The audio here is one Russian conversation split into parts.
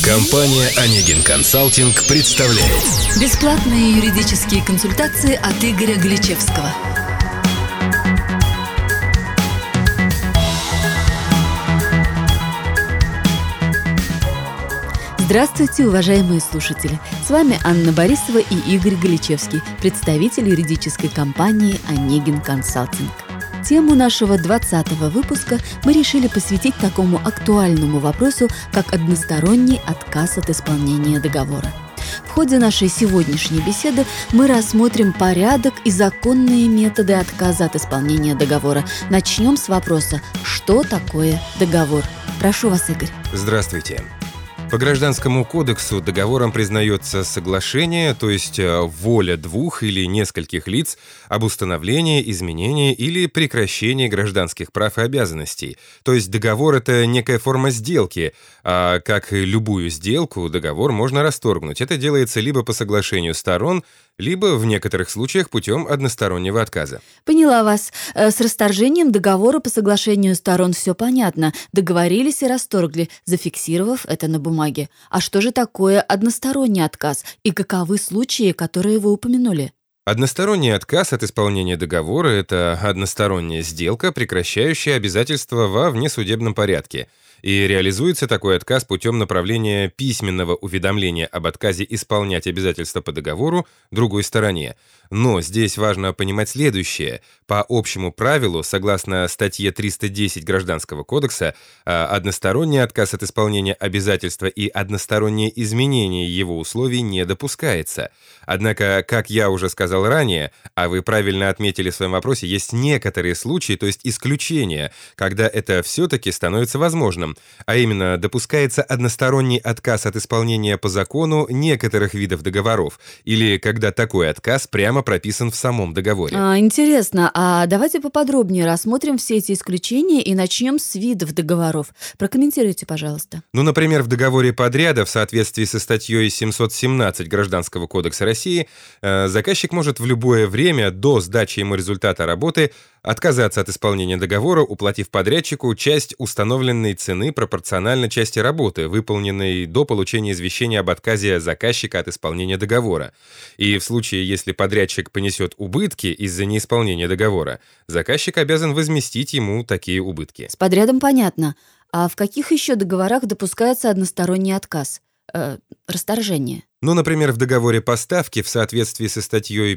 Компания «Онегин Консалтинг» представляет бесплатные юридические консультации от Игоря Гличевского. Здравствуйте, уважаемые слушатели! С вами Анна Борисова и Игорь Гличевский, представитель юридической компании «Онегин Консалтинг». Тему нашего 20-го выпуска мы решили посвятить такому актуальному вопросу, как односторонний отказ от исполнения договора. В ходе нашей сегодняшней беседы мы рассмотрим порядок и законные методы отказа от исполнения договора. Начнем с вопроса: что такое договор? Прошу вас, Игорь. Здравствуйте. По Гражданскому кодексу договором признается соглашение, то есть воля двух или нескольких лиц об установлении, изменении или прекращении гражданских прав и обязанностей. То есть договор – это некая форма сделки, а как и любую сделку, договор можно расторгнуть. Это делается либо по соглашению сторон, либо в некоторых случаях путем одностороннего отказа. Поняла вас. С расторжением договора по соглашению сторон все понятно. Договорились и расторгли, зафиксировав это на бумаге. А что же такое односторонний отказ и каковы случаи, которые вы упомянули? Односторонний отказ от исполнения договора – это односторонняя сделка, прекращающая обязательства во внесудебном порядке. И реализуется такой отказ путем направления письменного уведомления об отказе исполнять обязательства по договору другой стороне. Но здесь важно понимать следующее. По общему правилу, согласно статье 310 Гражданского кодекса, односторонний отказ от исполнения обязательства и одностороннее изменение его условий не допускается. Однако, как я уже сказал ранее, а вы правильно отметили в своем вопросе, есть некоторые случаи, то есть исключения, когда это все-таки становится возможным. А именно, допускается односторонний отказ от исполнения по закону некоторых видов договоров, или когда такой отказ прямо прописан в самом договоре. Интересно, а давайте поподробнее рассмотрим все эти исключения и начнем с видов договоров. Прокомментируйте, пожалуйста. Например, в договоре подряда в соответствии со статьей 717 Гражданского кодекса России заказчик может в любое время до сдачи ему результата работы отказаться от исполнения договора, уплатив подрядчику часть установленной цены пропорционально части работы, выполненной до получения извещения об отказе заказчика от исполнения договора. И в случае, если подрядчик понесет убытки из-за неисполнения договора, заказчик обязан возместить ему такие убытки. С подрядом понятно. А в каких еще договорах допускается односторонний отказ? Расторжение? Например, в договоре поставки в соответствии со статьей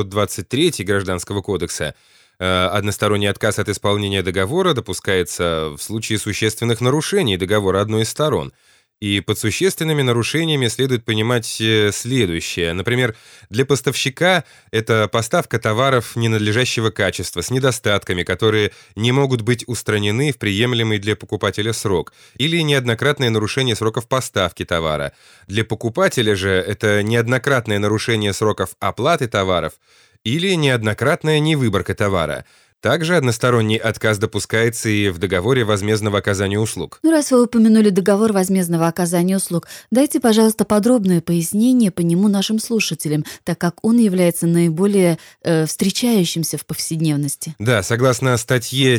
523 Гражданского кодекса односторонний отказ от исполнения договора допускается в случае существенных нарушений договора одной из сторон. И под существенными нарушениями следует понимать следующее. Например, для поставщика это поставка товаров ненадлежащего качества с недостатками, которые не могут быть устранены в приемлемый для покупателя срок, или неоднократное нарушение сроков поставки товара. Для покупателя же это неоднократное нарушение сроков оплаты товаров или неоднократная невыборка товара. Также односторонний отказ допускается и в договоре возмездного оказания услуг. Раз вы упомянули договор возмездного оказания услуг, дайте, пожалуйста, подробное пояснение по нему нашим слушателям, так как он является наиболее встречающимся в повседневности. Да, согласно статье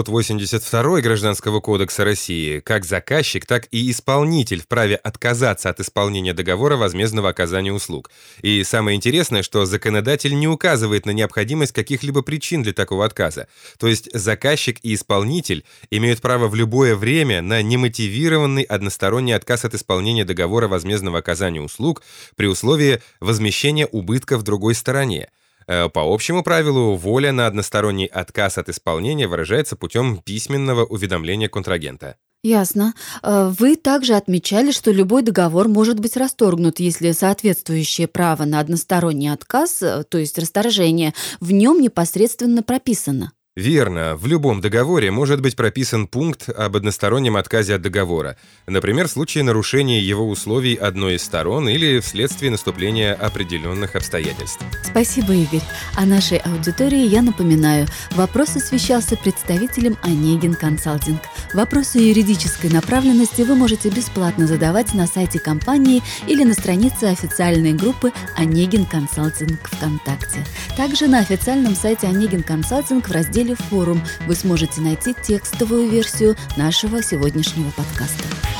782 Гражданского кодекса России, как заказчик, так и исполнитель вправе отказаться от исполнения договора возмездного оказания услуг. И самое интересное, что законодатель не указывает на необходимость каких-либо причин для такого отказа. То есть заказчик и исполнитель имеют право в любое время на немотивированный односторонний отказ от исполнения договора возмездного оказания услуг при условии возмещения убытков другой стороне. По общему правилу, воля на односторонний отказ от исполнения выражается путем письменного уведомления контрагента. Ясно. Вы также отмечали, что любой договор может быть расторгнут, если соответствующее право на односторонний отказ, то есть расторжение, в нем непосредственно прописано. Верно. В любом договоре может быть прописан пункт об одностороннем отказе от договора. Например, в случае нарушения его условий одной из сторон или вследствие наступления определенных обстоятельств. Спасибо, Игорь. А нашей аудитории я напоминаю, вопрос освещался представителем «Онегин Консалтинг». Вопросы юридической направленности вы можете бесплатно задавать на сайте компании или на странице официальной группы «Онегин Консалтинг» ВКонтакте. Также на официальном сайте «Онегин Консалтинг» в разделе «Форум» вы сможете найти текстовую версию нашего сегодняшнего подкаста.